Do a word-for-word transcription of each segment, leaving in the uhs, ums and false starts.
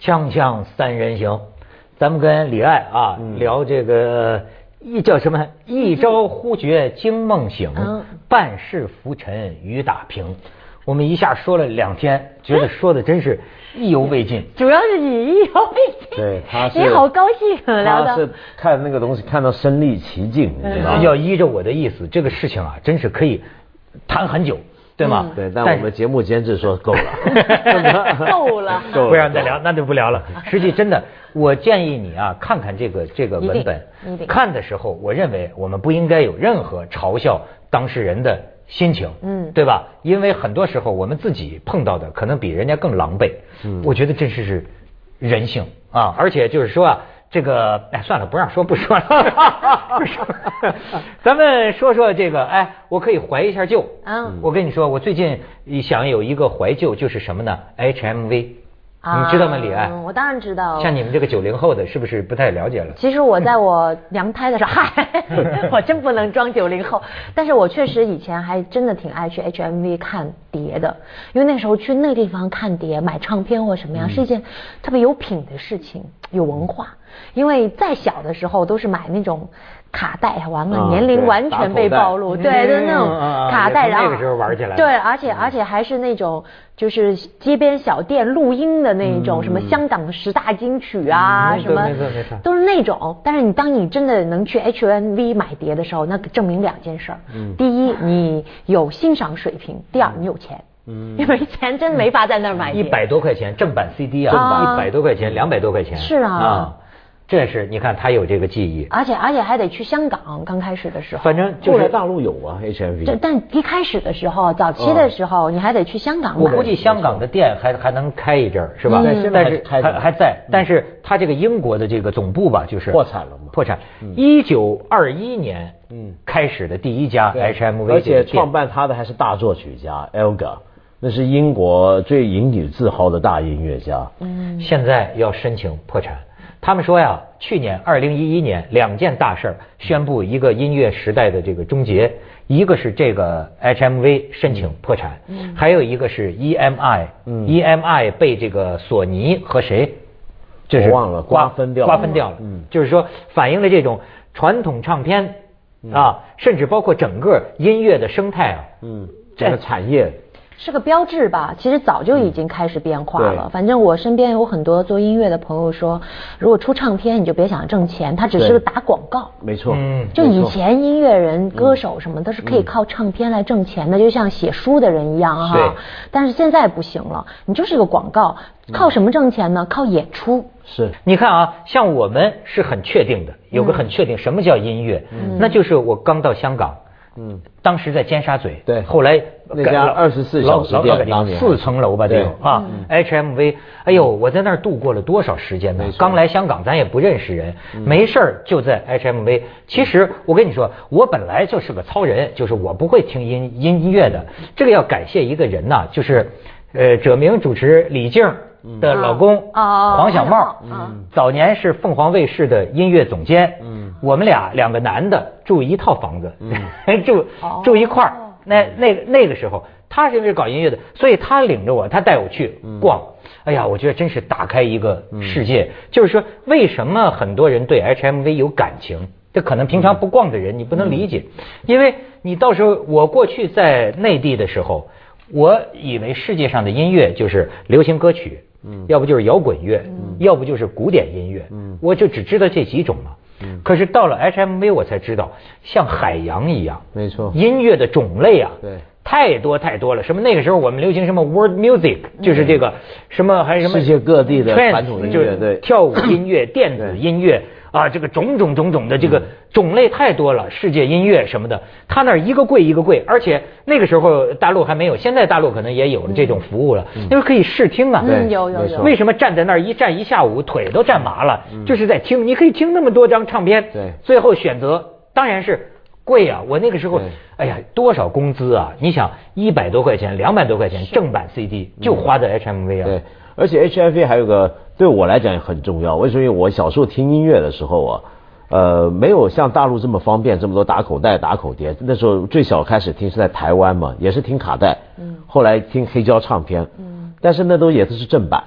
锵锵三人行，咱们跟李艾啊、嗯、聊这个一叫什么？一朝忽觉惊梦醒，嗯、半世浮沉雨打平。我们一下说了两天，觉得说的真是意犹未尽。 主要是你意犹未尽， 对，他是你好高兴啊，聊的。 他是看那个东西看到身临其境，你知道吗？ 要依着我的意思，这个事情啊，真是可以谈很久。对吗？ 对，但我们节目监制说够了， 够了， 不让再聊，那就不聊了。实际真的，我建议你啊，看看这个这个文本，看的时候，我认为我们不应该有任何嘲笑当事人的心情，嗯，对吧？因为很多时候我们自己碰到的可能比人家更狼狈，嗯，我觉得这是是人性啊，而且就是说啊。这个哎，算了，不让说不说了。不说咱们说说这个，哎，我可以怀一下旧。嗯，我跟你说，我最近想有一个怀旧，就是什么呢 ？H M V，、啊、你知道吗，李艾？ 我当然知道。 像你们这个九零后的，是不是不太了解了？ 其实我在我娘胎的时候，嗨，我真不能装九零后，但是我确实以前还真的挺爱去 H M V 看碟的，因为那时候去那个地方看碟、买唱片或什么样，嗯、是一件特别有品的事情，有文化。因为再小的时候都是买那种卡带，完了、嗯、年龄完全被暴露，对，就那种卡带，然后那个时候玩起来， 对，而且而且还是那种就是街边小店录音的那种，嗯、什么香港的十大金曲啊，嗯、什么都是那种。但是你当你真的能去 H M V 买碟的时候，那证明两件事儿，嗯、第一你有欣赏水平，第二你有钱。嗯，因为钱真没法在那儿买碟， 一百多块钱正版 C D 啊，一百多块钱，两百多块钱， 是啊。啊这是你看他有这个记忆， 而且而且还得去香港，刚开始的时候， 反正就是后来大陆有啊 H M V， 但一开始的时候，早期的时候，哦、你还得去香港买。 我估计香港的店还还能开一阵儿，是吧？ 对、嗯， 但是还还在，嗯、但是他这个英国的这个总部吧，就是破产了嘛， 破产。一九二一年，嗯，开始的第一家 H M V， 而且创办他的还是大作曲家 Elgar。那是英国最引以自豪的大音乐家， 嗯，现在要申请破产。他们说呀，去年二零一一年两件大事宣布一个音乐时代的这个终结，一个是这个 H M V 申请破产，嗯、还有一个是 E M I，嗯、E M I 被这个索尼和谁， 这是忘了瓜分掉了， 瓜分掉了，嗯，就是说反映了这种传统唱片啊，甚至包括整个音乐的生态啊， 嗯，这个产业。 是个标志吧，其实早就已经开始变化了。嗯、反正我身边有很多做音乐的朋友说，如果出唱片你就别想挣钱，它只是个打广告。 没错，嗯， 就以前音乐人、歌手什么都是可以靠唱片来挣钱的，嗯、就像写书的人一样哈。 对。 但是现在不行了，你就是个广告，靠什么挣钱呢？靠演出。 是， 你看啊，像我们是很确定的，有个很确定什么叫音乐，嗯、那就是我刚到香港。嗯，当时在尖沙咀， 对， 后来那家二十四小时店， 四层楼吧，得有啊。嗯、H M V， 哎呦，我在那儿度过了多少时间呢？刚来香港，咱也不认识人，嗯、没事儿就在 H M V。其实我跟你说，我本来就是个糙人，就是我不会听音音乐的。这个要感谢一个人呐，就是呃，者明主持李静的老公、嗯、黄小茂，嗯、早年是凤凰卫视的音乐总监。嗯，我们俩两个男的住一套房子，嗯、住住一块儿。那那那个时候，他是因为搞音乐的，所以他领着我，他带我去逛。嗯、哎呀，我觉得真是打开一个世界。嗯、就是说，为什么很多人对 H M V 有感情？这可能平常不逛的人你不能理解，嗯、因为你到时候我过去在内地的时候，我以为世界上的音乐就是流行歌曲。嗯，要不就是摇滚乐，嗯、要不就是古典音乐，嗯、我就只知道这几种嘛。嗯、可是到了 H M V 我才知道，像海洋一样， 没错， 音乐的种类啊， 对， 太多太多了。什么那个时候我们流行什么 world music，嗯、就是这个什么还什么世界各地的传统音乐，对， 跳舞音乐、电子音乐。啊，这个种种种种的这个种类太多了，世界音乐什么的，他那儿一个贵一个贵，而且那个时候大陆还没有，现在大陆可能也有了这种服务了，因为可以试听啊。 嗯，有有有。 为什么站在那儿一站一下午，腿都站麻了？就是在听，你可以听那么多张唱片， 对， 最后选择当然是贵啊。我那个时候，哎呀，多少工资啊？你想一百多块钱、两百多块钱正版 C D 就花在 H M V 啊。 对，而且 H M V 还有个。对我来讲也很重要，为什么？因为我小时候听音乐的时候啊，呃，没有像大陆这么方便，这么多打口袋、打口碟。那时候最小开始听是在台湾嘛，也是听卡带，嗯，后来听黑胶唱片，嗯，但是那都也都是正版。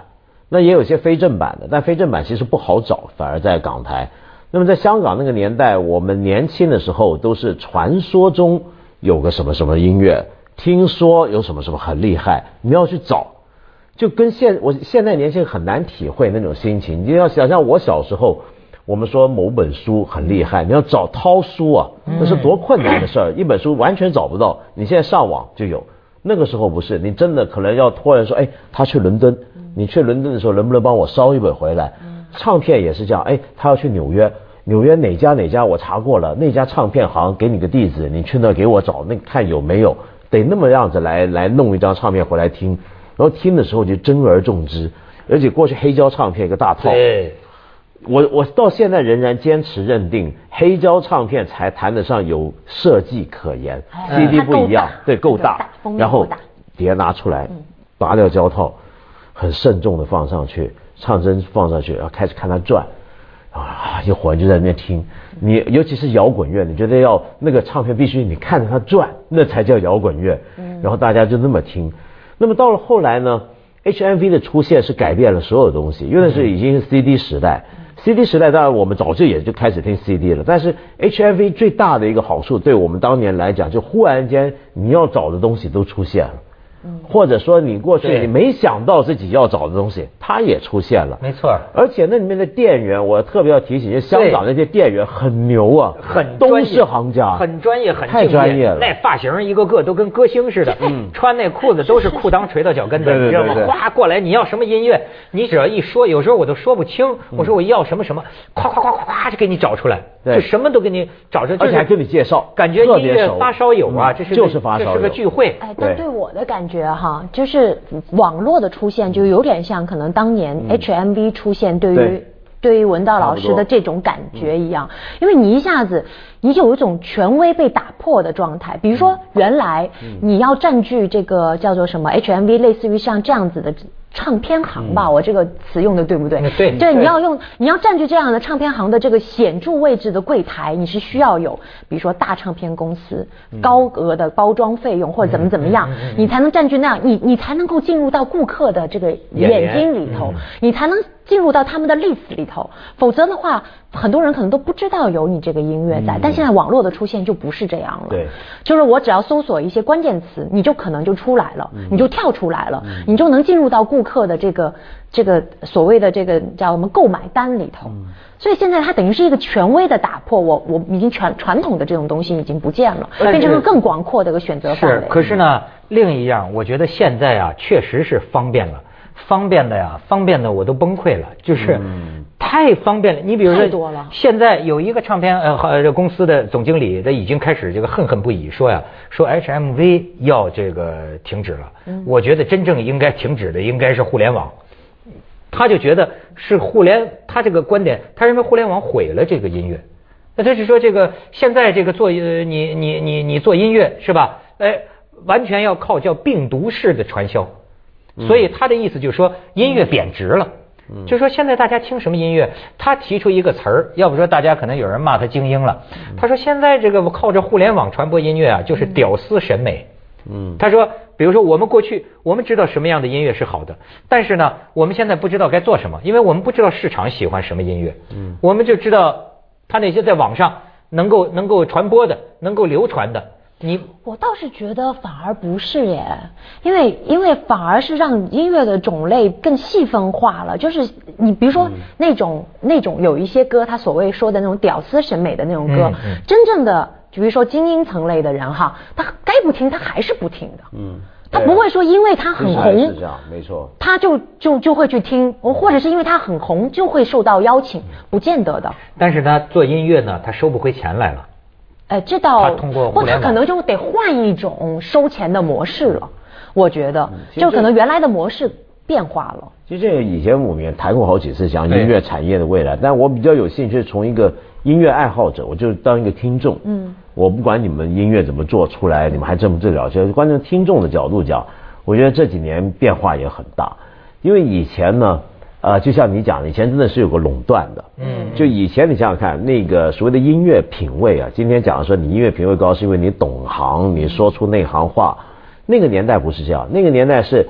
那也有些非正版的，但非正版其实不好找，反而在港台。那么在香港那个年代，我们年轻的时候都是传说中有个什么什么音乐，听说有什么什么很厉害，你要去找，就跟现我现在年轻人很难体会那种心情。你要想象我小时候，我们说某本书很厉害，你要找掏书啊，那是多困难的事儿，一本书完全找不到，你现在上网就有。那个时候不是，你真的可能要托人说，哎，他去伦敦，你去伦敦的时候能不能帮我捎一本回来？唱片也是这样，哎，他要去纽约，纽约哪家哪家我查过了，那家唱片行给你个地址，你去那给我找，那看有没有，得那么样子来来弄一张唱片回来听，然后听的时候就珍而重之，而且过去黑胶唱片一个大套， 对， 我我到现在仍然坚持认定黑胶唱片才谈得上有设计可言，嗯、C D 不一样，对，够大，然后碟拿出来，拔掉胶套，很慎重的放上去。唱针放上去，然后开始看它转，啊，一会儿就在那边听。你尤其是摇滚乐，你觉得要那个唱片必须你看着它转，那才叫摇滚乐。然后大家就那么听。那么到了后来呢 ，H M V 的出现是改变了所有东西，因为那是已经是 C D 时代。C D 时代当然我们早就也就开始听 C D 了，但是 H M V 最大的一个好处，对我们当年来讲，就忽然间你要找的东西都出现了。或者说你过去你没想到自己要找的东西，它也出现了， 没错。 而且那里面的店员，我特别要提醒，就香港那些店员很牛啊， 很都是行家， 很专业，很太专业了。 那发型一个个都跟歌星似的，嗯，穿那裤子都是裤裆垂到脚跟的，你知道吗？哗过来，你要什么音乐，你只要一说，有时候我都说不清，我说我要什么什么，夸夸夸夸夸就给你找出来，就什么都给你找出来， 而且还跟你介绍， 感觉音乐发烧友啊，这是就是发烧友， 这是个聚会。 哎，但对我的感觉哈，就是网络的出现就有点像可能当年 H M V 出现对于对于文道老师的这种感觉一样，因为你一下子你有一种权威被打破的状态。比如说原来你要占据这个叫做什么 H M V， 类似于像这样子的唱片行吧，我这个词用的对不对？ 对， 对，你要用你要占据这样的唱片行的这个显著位置的柜台，你是需要有比如说大唱片公司高额的包装费用或者怎么怎么样，你才能占据那样，你你才能够进入到顾客的这个眼睛里头，你才能进入到他们的 list 里头，否则的话很多人可能都不知道有你这个音乐在。嗯、但现在网络的出现就不是这样了， 对， 就是我只要搜索一些关键词，你就可能就出来了，嗯、你就跳出来了，嗯、你就能进入到顾客的这个这个所谓的这个叫什么购买单里头。嗯、所以现在它等于是一个权威的打破，我我已经传传统的这种东西已经不见了，变成了更广阔的一个选择范围。 是，可是呢，另一样，我觉得现在啊，确实是方便了。方便的呀，方便的我都崩溃了，就是太方便了。你比如说，现在有一个唱片呃这公司的总经理，他已经开始这个恨恨不已，说呀，说 H M V 要这个停止了。嗯、我觉得真正应该停止的应该是互联网。他就觉得是互联，他这个观点，他认为互联网毁了这个音乐。那他是说这个现在这个做呃你你你你做音乐是吧？哎，完全要靠叫病毒式的传销。所以他的意思就是说音乐贬值了，嗯、就是说现在大家听什么音乐，他提出一个词儿，要不说大家可能有人骂他精英了。嗯、他说现在这个靠着互联网传播音乐啊，就是屌丝审美。嗯，他说，比如说我们过去我们知道什么样的音乐是好的，但是呢，我们现在不知道该做什么，因为我们不知道市场喜欢什么音乐。嗯，我们就知道他那些在网上能够能够传播的、能够流传的。你我倒是觉得反而不是耶，因为因为反而是让音乐的种类更细分化了。就是你比如说那种、嗯、那种有一些歌，他所谓说的那种屌丝审美的那种歌，嗯嗯、真正的比如说精英层类的人哈，他该不听他还是不听的。嗯，他不会说因为他很红， 是这样，没错， 他就就就会去听，或者是因为他很红就会受到邀请，不见得的。 但是他做音乐呢，他收不回钱来了。 哎，这倒， 他通过或他可能就得换一种收钱的模式了。我觉得，就可能原来的模式变化了。 其实这个以前我们也谈过好几次，讲音乐产业的未来。但我比较有兴趣，从一个音乐爱好者，我就当一个听众。嗯，我不管你们音乐怎么做出来，你们还真不知了解。关键听众的角度讲，我觉得这几年变化也很大。因为以前呢。呃，就像你讲的，以前真的是有个垄断的，嗯，就以前你想想看，那个所谓的音乐品味啊，今天讲的说你音乐品味高，是因为你懂行，你说出内行话。那个年代不是这样，那个年代是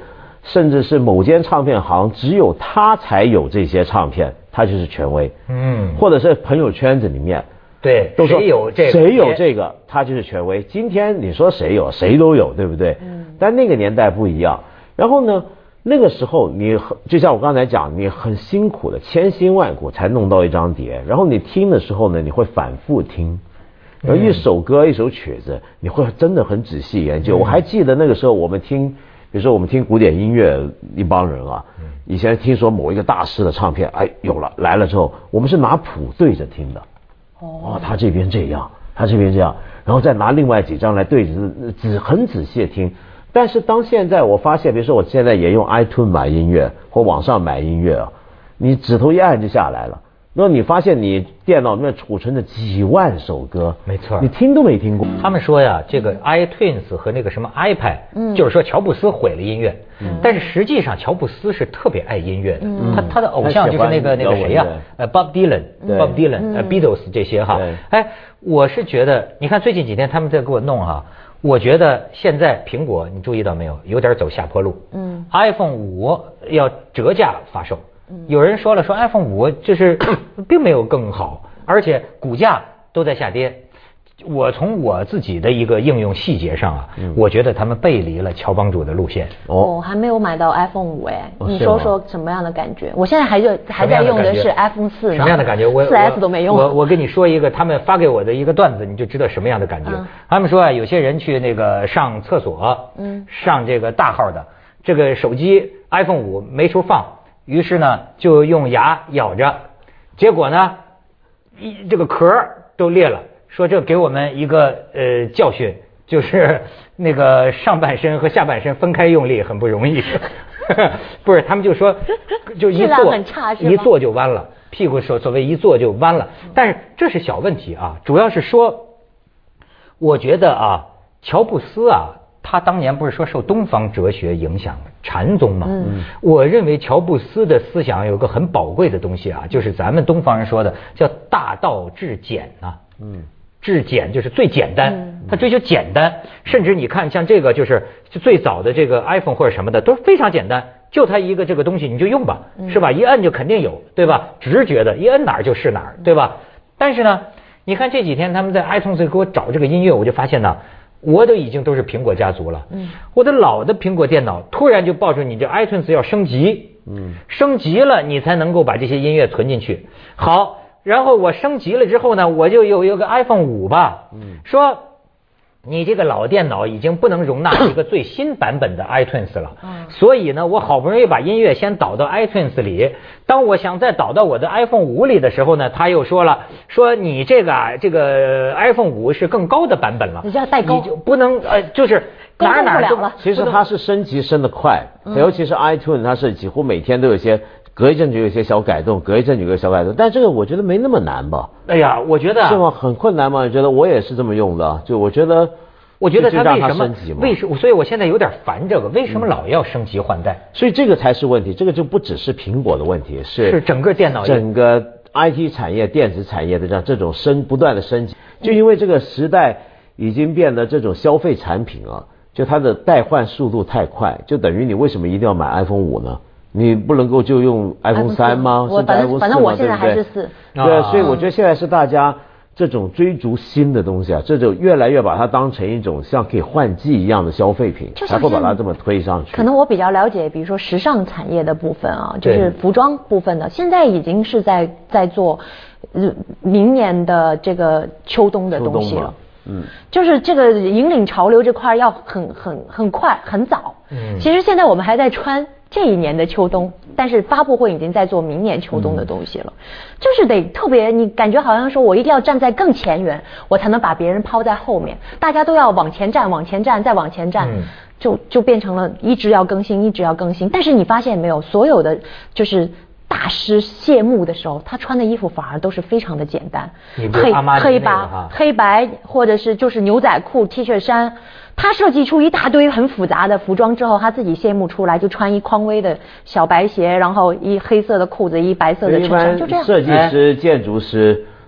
甚至是某间唱片行只有他才有这些唱片，他就是权威。嗯，或者是朋友圈子里面， 对， 都说谁有这个， 谁有这个，他就是权威。今天你说谁有，谁都有，对不对？嗯。但那个年代不一样。然后呢，那个时候你就像我刚才讲，你很辛苦的，千辛万苦才弄到一张碟，然后你听的时候呢，你会反复听。然后一首歌一首曲子，你会真的很仔细研究。我还记得那个时候我们听，比如说我们听古典音乐，一帮人啊，以前听说某一个大师的唱片，哎，有了来了之后，我们是拿谱对着听的。哦，他这边这样，他这边这样，然后再拿另外几张来对着，仔很仔细的听。但是当现在我发现，比如说我现在也用 iTunes 买音乐或网上买音乐啊，你指头一按就下来了。那你发现你电脑里面储存着几万首歌， 没错， 你听都没听过。 他们说呀，这个 iTunes 和那个什么 iPad，嗯，就是说乔布斯毁了音乐，嗯，但是实际上乔布斯是特别爱音乐的，嗯，他他的偶像就是那个那个谁呀，呃 ，Bob Dylan，Bob Dylan，呃 ，Beatles 这些哈，哎，我是觉得，你看最近几天他们在给我弄哈，我觉得现在苹果你注意到没有，有点走下坡路，嗯 ，iPhone 五要折价发售。有人说了，说 iPhone 五就是并没有更好，而且股价都在下跌。我从我自己的一个应用细节上啊，嗯、我觉得他们背离了乔帮主的路线。 哦，我还没有买到 iPhone 五哎，哦、你说说什么样的感觉？我现在还就还在用的是 iPhone 四呢。 什么样的感觉？我四 S 都没用。 我我跟你说一个，他们发给我的一个段子，你就知道什么样的感觉。嗯、他们说啊，有些人去那个上厕所，嗯，上这个大号的，这个手机 iPhone 五没处放。于是呢，就用牙咬着，结果呢，一这个壳都裂了。说这给我们一个呃教训，就是那个上半身和下半身分开用力很不容易。不是，他们就说，就一坐一坐就弯了，屁股所所谓一坐就弯了。但是这是小问题啊，主要是说，我觉得啊，乔布斯啊。他当年不是说受东方哲学影响禅宗嘛？嗯，我认为乔布斯的思想有个很宝贵的东西啊，就是咱们东方人说的叫大道至简呐、啊。嗯，至简就是最简单，他追求简单。甚至你看像这个就是最早的这个 iPhone 或者什么的都非常简单，就它一个这个东西你就用吧，是吧？一摁就肯定有，对吧？直觉的，一摁哪儿就是哪儿，对吧？但是呢，你看这几天他们在 iTunes 给我找这个音乐，我就发现呢。我都已经都是苹果家族了，嗯，我的老的苹果电脑突然就爆出你这 iTunes 要升级，嗯，升级了你才能够把这些音乐存进去。好，然后我升级了之后呢，我就有有个 iPhone 五吧，嗯，说你这个老电脑已经不能容纳一个最新版本的 iTunes 了，嗯，所以呢，我好不容易把音乐先导到 iTunes 里，当我想再导到我的 iPhone 五里的时候呢，他又说了，说你这个啊，这个 iPhone 五是更高的版本了， 你叫代沟， 你就不能呃，就是哪哪都了。 其实它是升级升得快，嗯、尤其是 iTunes， 它是几乎每天都有一些。隔一阵就有一些小改动，隔一阵就有一些小改动，但这个我觉得没那么难吧？ 哎呀，我觉得是吗？很困难吗？你觉得我也是这么用的，就我觉得， 我觉得他为什么？为什么？所以我现在有点烦这个，为什么老要升级换代？ 嗯、所以这个才是问题，这个就不只是苹果的问题，是是整个电脑整个 I T 产业、电子产业的这样这种升不断的升级，就因为这个时代已经变得这种消费产品啊，就它的代换速度太快，就等于你为什么一定要买 iPhone 五呢？你不能够就用 iPhone 三吗？ 我反正反正我现在还是四。 对，所以我觉得现在是大家这种追逐新的东西啊，这种越来越把它当成一种像可以换季一样的消费品，才会把它这么推上去。 可能我比较了解，比如说时尚产业的部分啊，就是服装部分的，现在已经是在在做明年的这个秋冬的东西了。嗯，就是这个引领潮流这块要很很很快很早。嗯，其实现在我们还在穿这一年的秋冬，但是发布会已经在做明年秋冬的东西了，嗯、就是得特别，你感觉好像说我一定要站在更前沿，我才能把别人抛在后面，大家都要往前站，往前站，再往前站，嗯、就就变成了一直要更新，一直要更新。但是你发现没有，所有的就是大师谢幕的时候，他穿的衣服反而都是非常的简单，黑黑白黑白或者是就是牛仔裤、T 恤衫。他设计出一大堆很复杂的服装之后，他自己谢幕出来就穿一匡威的小白鞋，然后一黑色的裤子，一白色的衬衫，就这样。 设计师、建筑师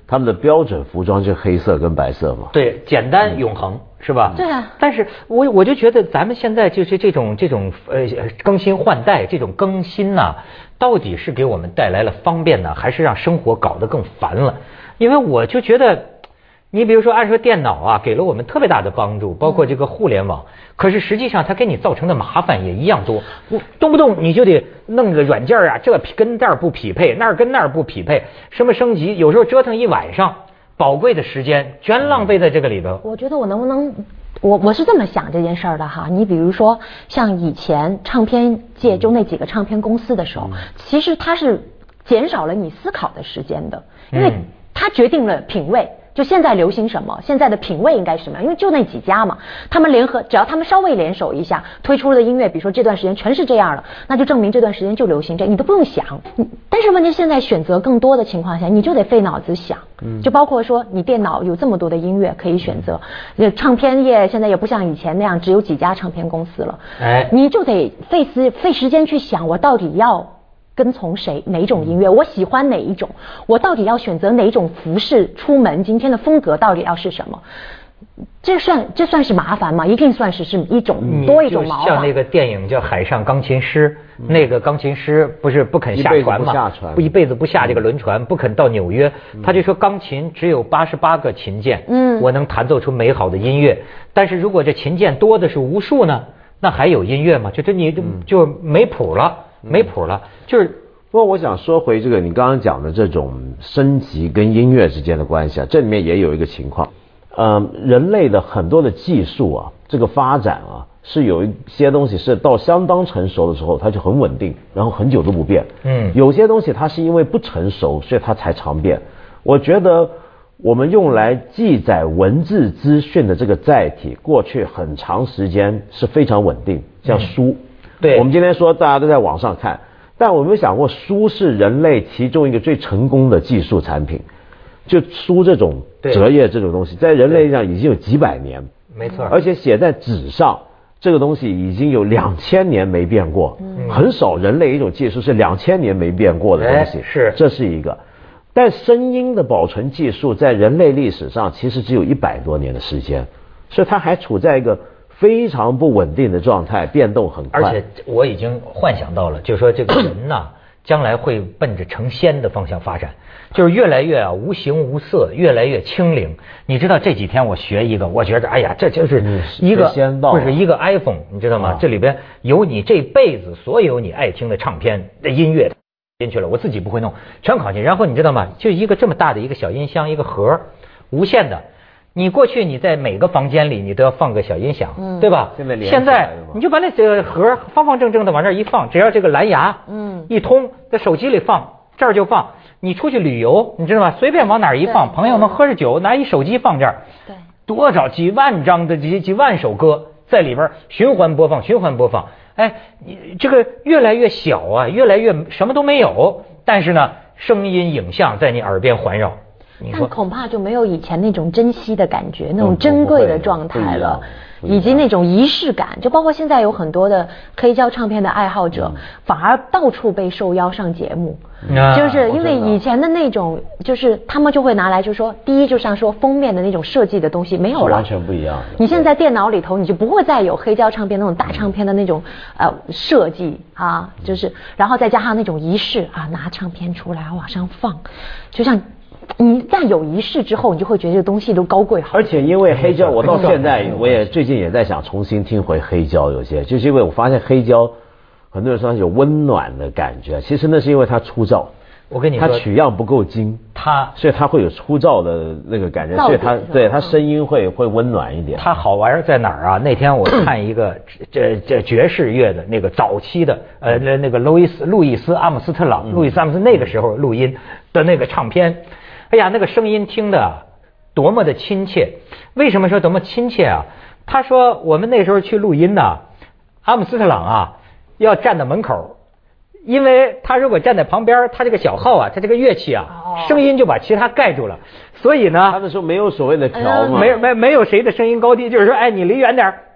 他们的标准服装就是黑色跟白色嘛。 对，简单永恒。嗯是吧？ 对啊。 但是我我就觉得咱们现在就是这种这种呃更新换代这种更新呐、啊，到底是给我们带来了方便呢，还是让生活搞得更烦了？因为我就觉得，你比如说按说电脑啊，给了我们特别大的帮助，包括这个互联网，嗯、可是实际上它给你造成的麻烦也一样多，动不动你就得弄个软件啊，这跟这儿不匹配，那儿跟那儿不匹配，什么升级，有时候折腾一晚上。宝贵的时间全浪费在这个里头。 我觉得我能不能，我我是这么想这件事儿的哈。你比如说像以前唱片界就那几个唱片公司的时候，嗯、其实它是减少了你思考的时间的，因为它决定了品味。就现在流行什么，现在的品味应该是什么样？因为就那几家嘛，他们联合，只要他们稍微联手一下，推出的音乐，比如说这段时间全是这样的，那就证明这段时间就流行这，你都不用想。但是问题现在选择更多的情况下，你就得费脑子想，就包括说你电脑有这么多的音乐可以选择，唱片业现在也不像以前那样只有几家唱片公司了，哎，你就得费思费时间去想，我到底要跟从谁哪种音乐，我喜欢哪一种，我到底要选择哪种服饰出门，今天的风格到底要是什么，这算这算是麻烦吗？一定算是是一种多一种麻烦。 像那个电影叫《海上钢琴师》，嗯、那个钢琴师不是不肯下船嘛，不一辈子不下这个轮船，不肯到纽约，嗯、他就说钢琴只有八十八个琴键，嗯，我能弹奏出美好的音乐，但是如果这琴键多的是无数呢，那还有音乐吗？就这你就就没谱了。没谱了，就是。 不过我想说回这个你刚刚讲的这种升级跟音乐之间的关系啊，这里面也有一个情况，呃，人类的很多的技术啊，这个发展啊，是有一些东西是到相当成熟的时候，它就很稳定，然后很久都不变。嗯，有些东西它是因为不成熟，所以它才常变。我觉得我们用来记载文字资讯的这个载体，过去很长时间是非常稳定，像书。嗯对，我们今天说大家都在网上看，但我没有想过书是人类其中一个最成功的技术产品。就书这种折页这种东西，在人类上已经有几百年， 没错， 而且写在纸上，这个东西已经有两千年没变过，嗯、很少人类一种技术是两千年没变过的东西， 是， 这是一个。但声音的保存技术在人类历史上其实只有一百多年的时间，所以它还处在一个非常不稳定的状态，变动很快。 而且我已经幻想到了，就是说这个人呐，将来会奔着成仙的方向发展，就是越来越啊无形无色，越来越清灵。你知道这几天我学一个，我觉得哎呀，这就是一个不是一个 iPhone， 你知道吗？啊、这里边有你这辈子所有你爱听的唱片的音乐进去了，我自己不会弄，全拷进。然后你知道吗？就一个这么大的一个小音箱，一个盒，无线的。你过去你在每个房间里你都要放个小音响，嗯、对吧？ 现在现在你就把那个盒方方正正的往这一放，只要这个蓝牙嗯一通，在手机里放，这儿就放。你出去旅游，你知道吗？随便往哪儿一放，朋友们喝着酒，拿一手机放这儿，对，多少几万张的几几万首歌在里边循环播放，循环播放。哎，你这个越来越小啊，越来越什么都没有，但是呢，声音影像在你耳边环绕。 但恐怕就没有以前那种珍惜的感觉，那种珍贵的状态了，以及那种仪式感。就包括现在有很多的黑胶唱片的爱好者，嗯、反而到处被受邀上节目，嗯、就是因为以前的那种，就是他们就会拿来，就说第一，就像说封面的那种设计的东西没有了， 完全不一样。 你现在电脑里头，你就不会再有黑胶唱片那种大唱片的那种呃设计啊，就是然后再加上那种仪式啊，拿唱片出来往上放，就像。你一旦有仪式之后，你就会觉得这东西都高贵好。 而且因为黑胶，我到现在我也最近也在想重新听回黑胶，有些就是因为我发现黑胶很多人说它有温暖的感觉，其实那是因为它粗糙。我跟你说，它取样不够精，它所以它会有粗糙的那个感觉，所以它对它声音会会温暖一点。 它好玩在哪儿啊？那天我看一个这这爵士乐的那个早期的呃那那个路易斯路易斯阿姆斯特朗，路易斯阿姆斯那个时候录音的那个唱片。哎呀，那个声音听的多么的亲切！为什么说多么亲切啊？他说我们那时候去录音呢，阿姆斯特朗啊要站在门口，因为他如果站在旁边，他这个小号啊，他这个乐器啊，声音就把其他盖住了。所以呢， 他那时候没有所谓的调嘛， 没没没有谁的声音高低，就是说，哎，你离远点，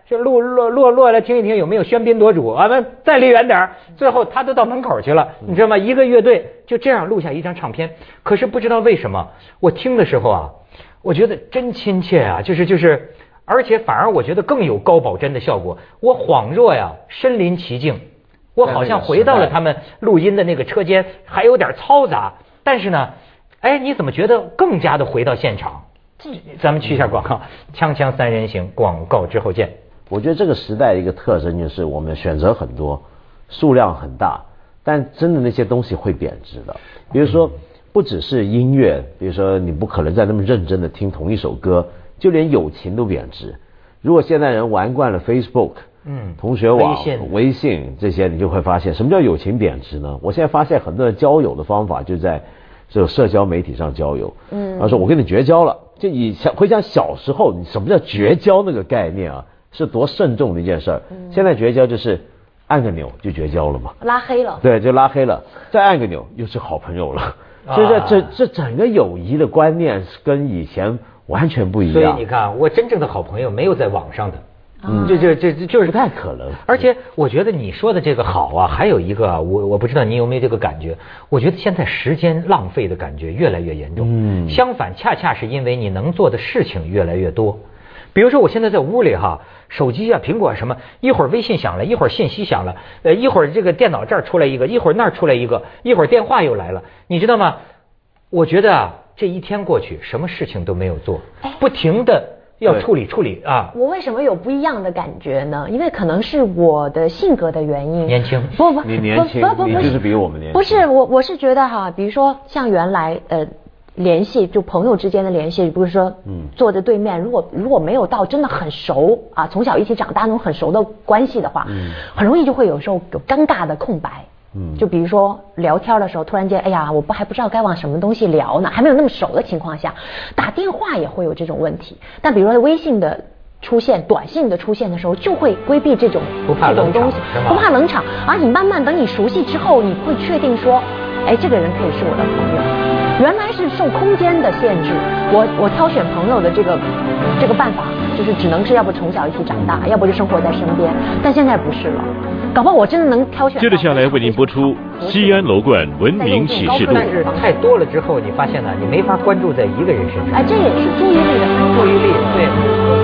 就录落落落来听一听有没有喧宾夺主啊，那再离远点最后他都到门口去了，你知道吗？一个乐队就这样录下一张唱片，可是不知道为什么，我听的时候啊，我觉得真亲切啊，就是就是，而且反而我觉得更有高保真的效果，我恍若呀身临其境，我好像回到了他们录音的那个车间，还有点嘈杂，但是呢，哎，你怎么觉得更加的回到现场？咱们去一下广告，锵锵三人行，广告之后见。 我觉得这个时代一个特征就是我们选择很多，数量很大，但真的那些东西会贬值的。比如说，不只是音乐，比如说你不可能再那么认真的听同一首歌，就连友情都贬值。如果现在人玩惯了 Facebook， 嗯，同学网、微信, 微信这些，你就会发现什么叫友情贬值呢？我现在发现很多人交友的方法就在这个社交媒体上交友，嗯，他说我跟你绝交了。就以前回想小时候，你什么叫绝交那个概念啊，是多慎重的一件事儿。嗯、现在绝交就是按个钮就绝交了嘛， 拉黑了。 对，就拉黑了，再按个钮又是好朋友了。所以这这这整个友谊的观念跟以前完全不一样。 所以你看，我真正的好朋友没有在网上的。嗯，这这这这就是不太可能。 而且我觉得你说的这个好啊，还有一个啊，我我不知道你有没有这个感觉。我觉得现在时间浪费的感觉越来越严重。嗯，相反，恰恰是因为你能做的事情越来越多。比如说，我现在在屋里哈，手机啊、苹果啊什么，一会儿微信响了，一会儿信息响了，呃，一会儿这个电脑这儿出来一个，一会儿那儿出来一个，一会儿电话又来了，你知道吗？我觉得啊，这一天过去，什么事情都没有做，不停的。要处理处理啊！ 我为什么有不一样的感觉呢？因为可能是我的性格的原因。 年轻， 不不， 你年轻，不不不，你就是比我们年轻。 不是我，我是觉得哈，比如说像原来呃联系，就朋友之间的联系，不是说嗯坐在对面，如果如果没有到真的很熟啊，从小一起长大那种很熟的关系的话，嗯，很容易就会有时候有尴尬的空白。嗯，就比如说聊天的时候，突然间，哎呀，我不还不知道该往什么东西聊呢，还没有那么熟的情况下，打电话也会有这种问题。但比如说微信的出现、短信的出现的时候，就会规避这种这种东西，不怕冷场。而你慢慢等你熟悉之后，你会确定说，哎，这个人可以是我的朋友。原来是受空间的限制，我我挑选朋友的这个这个办法，就是只能是要不从小一起长大，要不就生活在身边。但现在不是了。搞不好我真的能挑选。 接着下来为您播出西安楼冠文明启示录。 但是太多了之后，你发现呢，你没法关注在一个人身上。 哎，这也是注意力的分注意力，对。